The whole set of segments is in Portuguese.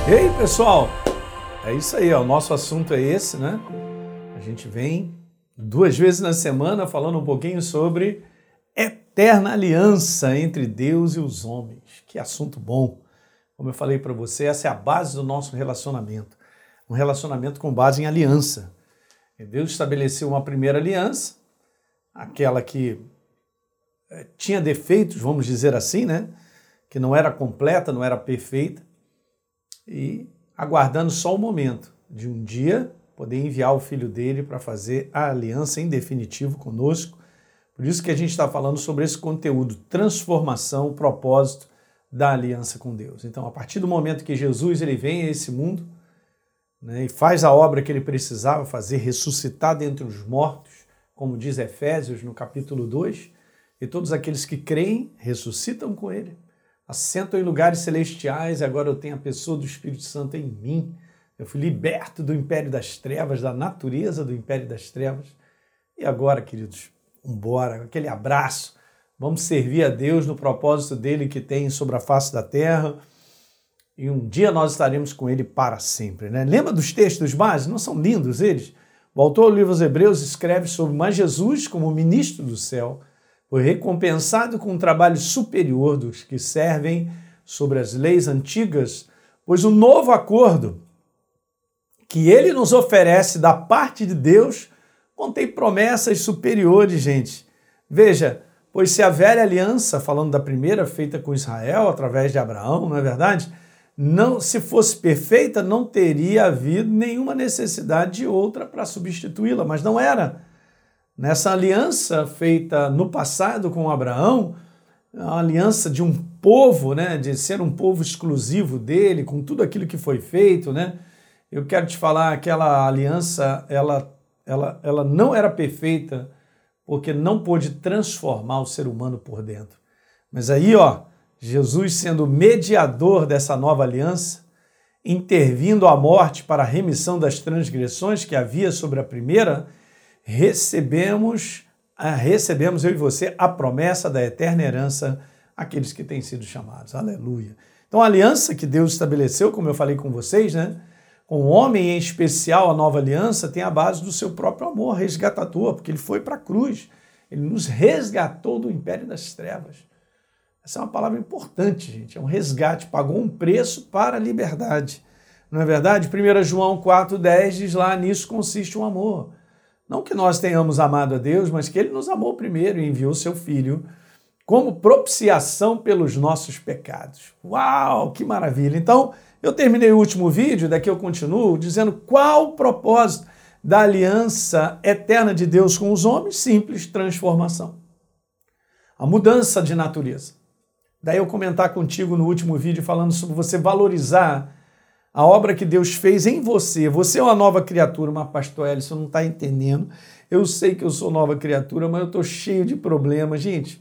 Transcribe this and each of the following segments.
E aí, pessoal? É isso aí, ó. O nosso assunto é esse, né? A gente vem 2 vezes na semana falando um pouquinho sobre eterna aliança entre Deus e os homens. Que assunto bom. Como eu falei para você, essa é a base do nosso relacionamento. Um relacionamento com base em aliança. E Deus estabeleceu uma primeira aliança, aquela que tinha defeitos, vamos dizer assim, né? Que não era completa, não era perfeita. E aguardando só o momento de um dia poder enviar o Filho dele para fazer a aliança em definitivo conosco. Por isso que a gente está falando sobre esse conteúdo, transformação, propósito da aliança com Deus. Então, a partir do momento que Jesus ele vem a esse mundo, né, e faz a obra que ele precisava fazer, ressuscitar dentre os mortos, como diz Efésios no capítulo 2, e todos aqueles que creem ressuscitam com ele, assentam em lugares celestiais, e agora eu tenho a pessoa do Espírito Santo em mim. Eu fui liberto do império das trevas, da natureza do império das trevas. E agora, queridos, vambora, aquele abraço. Vamos servir a Deus no propósito dele que tem sobre a face da terra. E um dia nós estaremos com ele para sempre, né? Lembra dos textos básicos? Não são lindos eles? O autor do livro aos Hebreus escreve sobre, mas Jesus, como ministro do céu, foi recompensado com um trabalho superior dos que servem sobre as leis antigas, pois o novo acordo que ele nos oferece da parte de Deus contém promessas superiores, gente. Veja, pois se a velha aliança, falando da primeira feita com Israel através de Abraão, não é verdade? Não, se fosse perfeita, não teria havido nenhuma necessidade de outra para substituí-la, mas não era. Nessa aliança feita no passado com Abraão, a aliança de um povo, né, de ser um povo exclusivo dele, com tudo aquilo que foi feito, né? Eu quero te falar, aquela aliança, ela não era perfeita porque não pôde transformar o ser humano por dentro. Mas aí, ó, Jesus sendo mediador dessa nova aliança, intervindo à morte para a remissão das transgressões que havia sobre a primeira, recebemos eu e você a promessa da eterna herança àqueles que têm sido chamados. Aleluia. Então a aliança que Deus estabeleceu, como eu falei com vocês, né, com o homem em especial, a nova aliança tem a base do seu próprio amor resgatador, porque ele foi para a cruz, ele nos resgatou do império das trevas. Essa é uma palavra importante, gente, é um resgate, pagou um preço para a liberdade. Não é verdade? 1 João 4,10 diz lá, nisso consiste o amor. Não que nós tenhamos amado a Deus, mas que ele nos amou primeiro e enviou seu Filho como propiciação pelos nossos pecados. Uau, que maravilha! Então, eu terminei o último vídeo, daqui eu continuo, dizendo qual o propósito da aliança eterna de Deus com os homens? Simples, transformação. A mudança de natureza. Daí eu comentar contigo no último vídeo falando sobre você valorizar a obra que Deus fez em você. Você é uma nova criatura, mas pastor Hélio, você não está entendendo. Eu sei que eu sou nova criatura, mas eu estou cheio de problemas. Gente,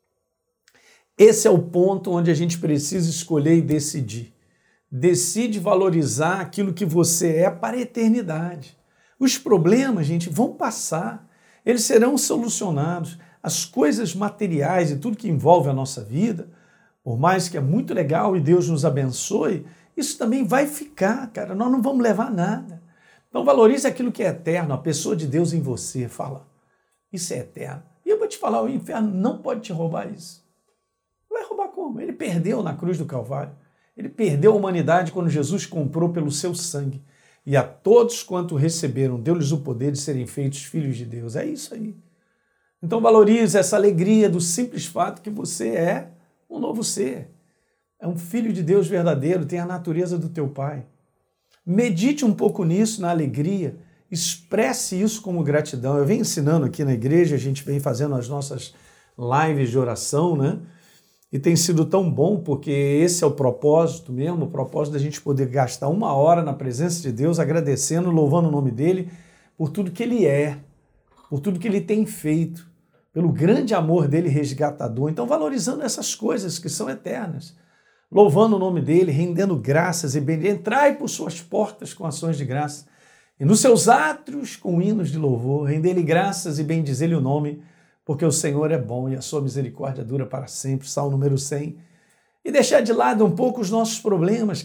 esse é o ponto onde a gente precisa escolher e decidir. Decide valorizar aquilo que você é para a eternidade. Os problemas, gente, vão passar. Eles serão solucionados. As coisas materiais e tudo que envolve a nossa vida, por mais que é muito legal e Deus nos abençoe, isso também vai ficar, cara. Nós não vamos levar nada. Então valorize aquilo que é eterno, a pessoa de Deus em você. Fala, isso é eterno. E eu vou te falar, o inferno não pode te roubar isso. Vai roubar como? Ele perdeu na cruz do Calvário. Ele perdeu a humanidade quando Jesus comprou pelo seu sangue. E a todos quanto receberam, deu-lhes o poder de serem feitos filhos de Deus. É isso aí. Então valorize essa alegria do simples fato que você é um novo ser. É um filho de Deus verdadeiro, tem a natureza do teu Pai. Medite um pouco nisso, na alegria, expresse isso como gratidão. Eu venho ensinando aqui na igreja, a gente vem fazendo as nossas lives de oração, né? E tem sido tão bom, porque esse é o propósito mesmo, o propósito da gente poder gastar 1 hora na presença de Deus, agradecendo, louvando o nome dele, por tudo que ele é, por tudo que ele tem feito, pelo grande amor dele resgatador. Então, valorizando essas coisas que são eternas, louvando o nome dele, rendendo graças e bem. Entrai por suas portas com ações de graça, e nos seus átrios com hinos de louvor, render-lhe graças e bendizer-lhe o nome, porque o Senhor é bom e a sua misericórdia dura para sempre. Salmo número 100. E deixar de lado um pouco os nossos problemas, cara,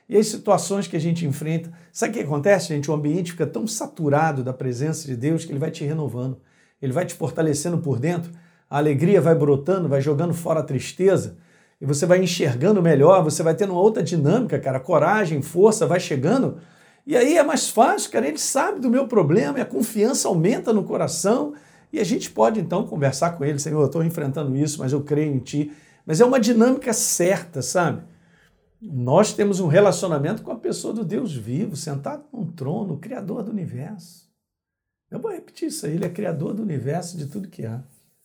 E as situações que a gente enfrenta, sabe o que acontece, gente? O ambiente fica tão saturado da presença de Deus que ele vai te renovando, ele vai te fortalecendo por dentro, a alegria vai brotando, vai jogando fora a tristeza, e você vai enxergando melhor, você vai tendo uma outra dinâmica, cara, coragem, força, vai chegando, e aí é mais fácil, cara, ele sabe do meu problema, e a confiança aumenta no coração, e a gente pode então conversar com ele, Senhor, eu estou enfrentando isso, mas eu creio em Ti, mas é uma dinâmica certa, sabe? Nós temos um relacionamento com a pessoa do Deus vivo, sentado num trono, o Criador do universo. Eu vou repetir isso aí, ele é Criador do universo, de tudo que há.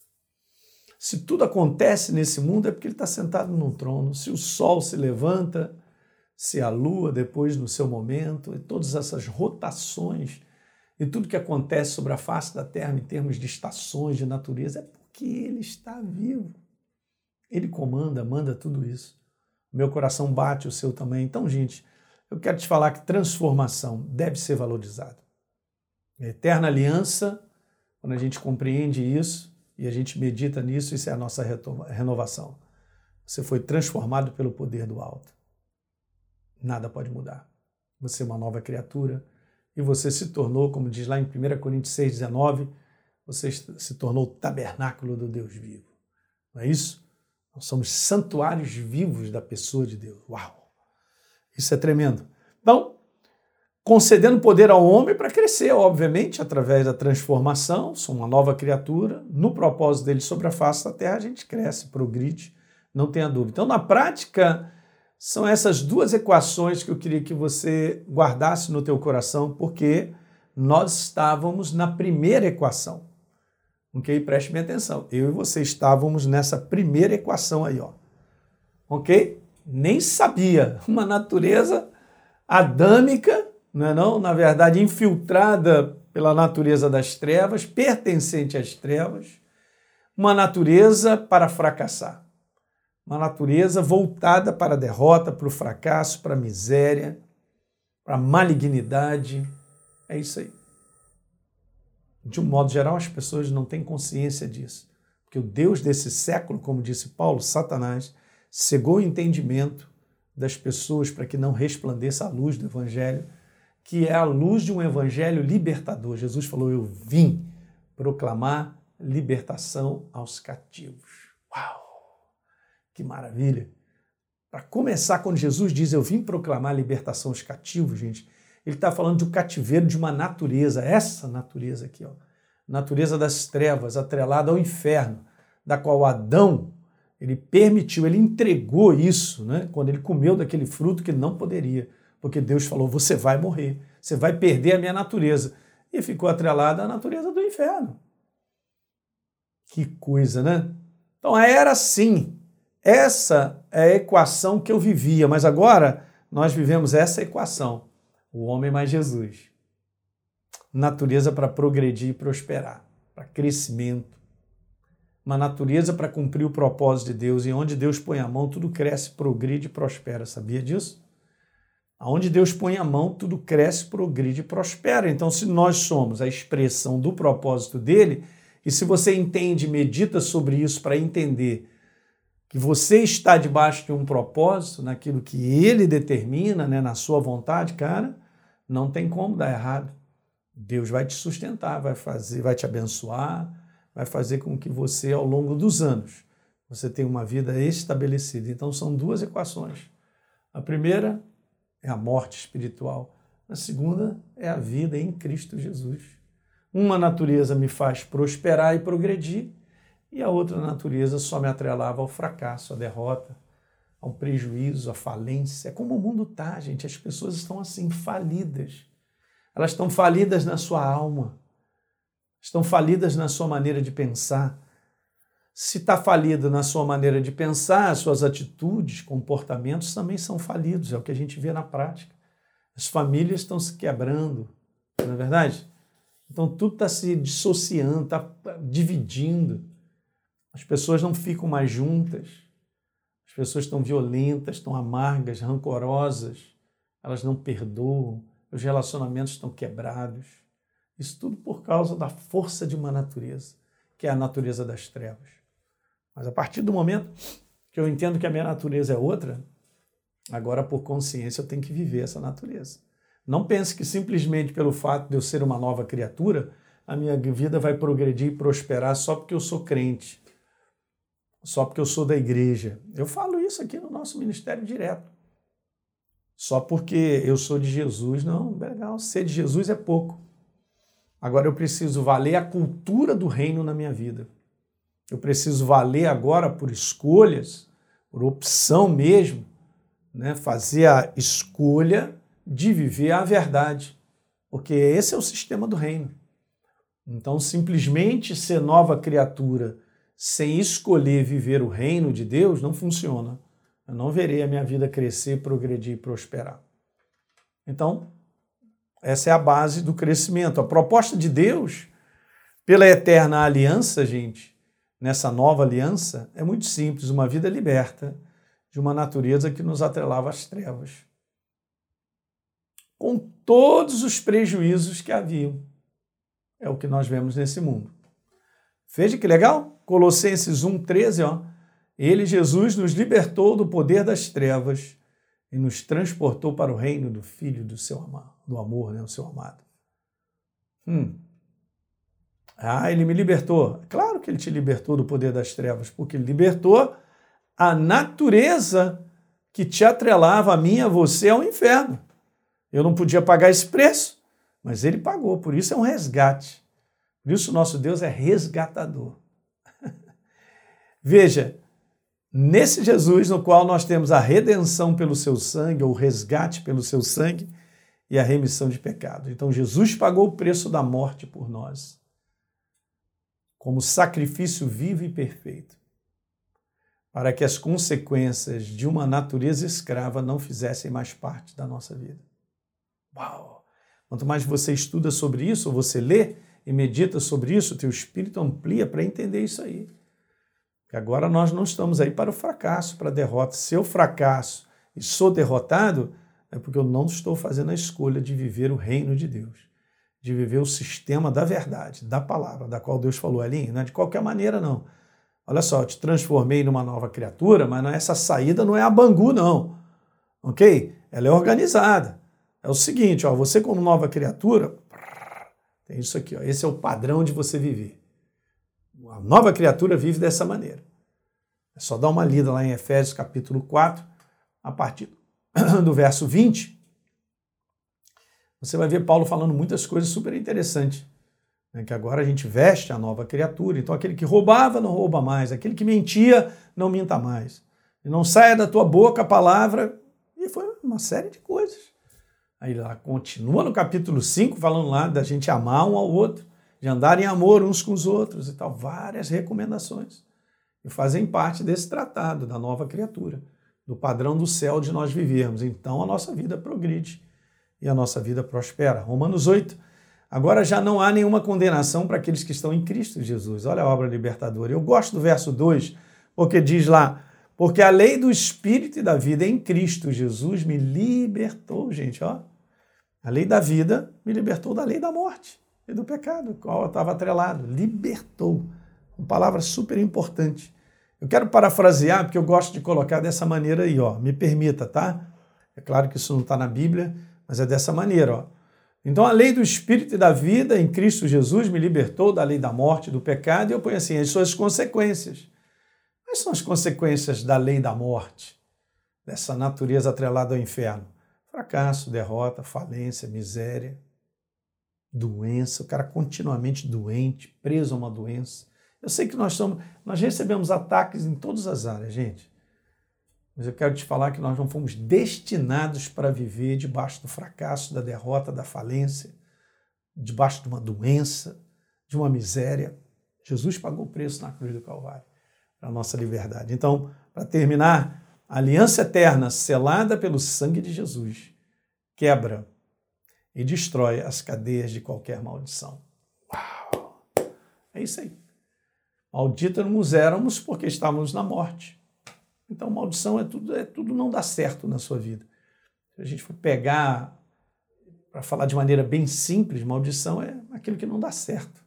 Se tudo acontece nesse mundo é porque ele está sentado num trono. Se o sol se levanta, se a lua depois no seu momento, e todas essas rotações, e tudo que acontece sobre a face da terra em termos de estações, de natureza, é porque ele está vivo. Ele comanda, manda tudo isso. Meu coração bate, o seu também. Então, gente, eu quero te falar que transformação deve ser valorizada. A eterna aliança, quando a gente compreende isso e a gente medita nisso, isso é a nossa renovação. Você foi transformado pelo poder do alto. Nada pode mudar. Você é uma nova criatura e você se tornou, como diz lá em 1 Coríntios 6,19, você se tornou o tabernáculo do Deus vivo. Não é isso? Nós somos santuários vivos da pessoa de Deus. Uau! Isso é tremendo. Então, concedendo poder ao homem para crescer, obviamente, através da transformação, sou uma nova criatura, no propósito dele sobre a face da terra, a gente cresce, progride, não tenha dúvida. Então, na prática, são essas duas equações que eu queria que você guardasse no teu coração, porque nós estávamos na primeira equação. Ok? Preste bem atenção. Eu e você estávamos nessa primeira equação aí, ó. Ok? Nem sabia. Uma natureza adâmica, não é não? Na verdade, infiltrada pela natureza das trevas, pertencente às trevas, uma natureza para fracassar. Uma natureza voltada para a derrota, para o fracasso, para a miséria, para a malignidade. É isso aí. De um modo geral, as pessoas não têm consciência disso. Porque o Deus desse século, como disse Paulo, Satanás, cegou o entendimento das pessoas para que não resplandeça a luz do Evangelho, que é a luz de um Evangelho libertador. Jesus falou, eu vim proclamar libertação aos cativos. Uau! Que maravilha! Para começar, quando Jesus diz, eu vim proclamar libertação aos cativos, gente, ele está falando de um cativeiro de uma natureza, essa natureza aqui, ó, natureza das trevas, atrelada ao inferno, da qual Adão, ele permitiu, ele entregou isso, né, quando ele comeu daquele fruto que não poderia, porque Deus falou, você vai morrer, você vai perder a minha natureza, e ficou atrelada à natureza do inferno. Que coisa, né? Então era assim, essa é a equação que eu vivia, mas agora nós vivemos essa equação. O homem mais Jesus. Natureza para progredir e prosperar, para crescimento. Uma natureza para cumprir o propósito de Deus. E onde Deus põe a mão, tudo cresce, progride e prospera. Sabia disso? Onde Deus põe a mão, tudo cresce, progride e prospera. Então, se nós somos a expressão do propósito dele, e se você entende e medita sobre isso para entender que você está debaixo de um propósito, naquilo que ele determina, né, na sua vontade, cara, não tem como dar errado. Deus vai te sustentar, vai te abençoar, vai fazer com que você, ao longo dos anos, você tenha uma vida estabelecida. Então, são duas equações. A primeira é a morte espiritual. A segunda é a vida em Cristo Jesus. Uma natureza me faz prosperar e progredir, e a outra natureza só me atrelava ao fracasso, à derrota, ao prejuízo, à falência. É como o mundo está, gente. As pessoas estão assim, falidas. Elas estão falidas na sua alma. Estão falidas na sua maneira de pensar. Se está falido na sua maneira de pensar, as suas atitudes, comportamentos também são falidos. É o que a gente vê na prática. As famílias estão se quebrando, não é verdade? Então tudo está se dissociando, está dividindo. As pessoas não ficam mais juntas, as pessoas estão violentas, estão amargas, rancorosas, elas não perdoam, os relacionamentos estão quebrados. Isso tudo por causa da força de uma natureza, que é a natureza das trevas. Mas a partir do momento que eu entendo que a minha natureza é outra, Agora, por consciência, eu tenho que viver essa natureza. Não pense que simplesmente pelo fato de eu ser uma nova criatura, a minha vida vai progredir e prosperar só porque eu sou crente, só porque eu sou da igreja. Eu falo isso aqui no nosso ministério direto. Só porque eu sou de Jesus, não, legal, ser de Jesus é pouco. Agora eu preciso valer a cultura do reino na minha vida. Eu preciso valer agora por escolhas, por opção mesmo, né? Fazer a escolha de viver a verdade, porque esse é o sistema do reino. Então, simplesmente ser nova criatura sem escolher viver o reino de Deus não funciona. Eu não verei a minha vida crescer, progredir e prosperar. Então, essa é a base do crescimento. A proposta de Deus, pela eterna aliança, gente, nessa nova aliança, é muito simples, uma vida liberta de uma natureza que nos atrelava às trevas, com todos os prejuízos que haviam. É o que nós vemos nesse mundo. Veja que legal? Colossenses 1,13, ó. Ele, Jesus, nos libertou do poder das trevas e nos transportou para o reino do Filho do seu amado, do amor, né? O seu amado. Ele me libertou. Claro que ele te libertou do poder das trevas, porque ele libertou a natureza que te atrelava a mim, a você, ao inferno. Eu não podia pagar esse preço, mas ele pagou, por isso é um resgate. Por isso o nosso Deus é resgatador. Veja, nesse Jesus no qual nós temos a redenção pelo seu sangue, ou o resgate pelo seu sangue e a remissão de pecado. Então Jesus pagou o preço da morte por nós, como sacrifício vivo e perfeito, para que as consequências de uma natureza escrava não fizessem mais parte da nossa vida. Uau! Quanto mais você estuda sobre isso, ou você lê e medita sobre isso, o teu espírito amplia para entender isso aí. Porque agora nós não estamos aí para o fracasso, para a derrota. Se eu fracasso e sou derrotado, é porque eu não estou fazendo a escolha de viver o reino de Deus, de viver o sistema da verdade, da palavra, da qual Deus falou ali, não é de qualquer maneira, não. Olha só, eu te transformei numa nova criatura, mas essa saída não é a Bangu, não. Ok? Ela é organizada. É o seguinte, ó, você como nova criatura, tem isso aqui, ó, esse é o padrão de você viver. A nova criatura vive dessa maneira. É só dar uma lida lá em Efésios capítulo 4, a partir do verso 20. Você vai ver Paulo falando muitas coisas super interessantes, né, que agora a gente veste a nova criatura. Então aquele que roubava não rouba mais, aquele que mentia não minta mais. E não saia da tua boca a palavra, e foi uma série de coisas. Aí lá continua no capítulo 5, falando lá da gente amar um ao outro, de andar em amor uns com os outros e tal. Várias recomendações que fazem parte desse tratado da nova criatura, do padrão do céu de nós vivermos. Então a nossa vida progride e a nossa vida prospera. Romanos 8. Agora já não há nenhuma condenação para aqueles que estão em Cristo Jesus. Olha a obra libertadora. Eu gosto do verso 2, porque diz lá, porque a lei do Espírito e da vida em Cristo Jesus me libertou, gente, ó. A lei da vida me libertou da lei da morte e do pecado, qual eu estava atrelado. Libertou. Uma palavra super importante. Eu quero parafrasear, porque eu gosto de colocar dessa maneira aí, ó. Me permita, tá? É claro que isso não está na Bíblia, mas é dessa maneira, ó. Então a lei do Espírito e da vida em Cristo Jesus me libertou da lei da morte e do pecado, e eu ponho assim, as suas consequências. Quais são as consequências da lei da morte, dessa natureza atrelada ao inferno? Fracasso, derrota, falência, miséria, doença, o cara continuamente doente, preso a uma doença. Eu sei que nós recebemos ataques em todas as áreas, gente. Mas eu quero te falar que nós não fomos destinados para viver debaixo do fracasso, da derrota, da falência, debaixo de uma doença, de uma miséria. Jesus pagou o preço na cruz do Calvário para a nossa liberdade. Então, para terminar, a aliança eterna selada pelo sangue de Jesus quebra e destrói as cadeias de qualquer maldição. Uau! É isso aí. Malditos éramos porque estávamos na morte. Então, maldição é tudo não dá certo na sua vida. Se a gente for pegar, para falar de maneira bem simples, maldição é aquilo que não dá certo.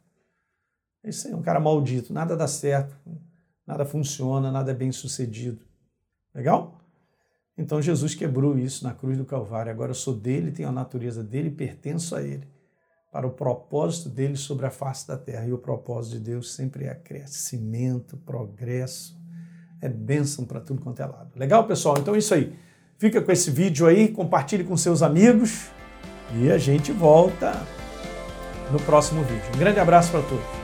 É isso aí, um cara maldito, nada dá certo, nada funciona, nada é bem sucedido. Legal? Então Jesus quebrou isso na cruz do Calvário. Agora eu sou dele, tenho a natureza dele, pertenço a ele, para o propósito dele sobre a face da terra. E o propósito de Deus sempre é crescimento, progresso, é bênção para tudo quanto é lado. Legal, pessoal? Então é isso aí. Fica com esse vídeo aí, compartilhe com seus amigos e a gente volta no próximo vídeo. Um grande abraço para todos.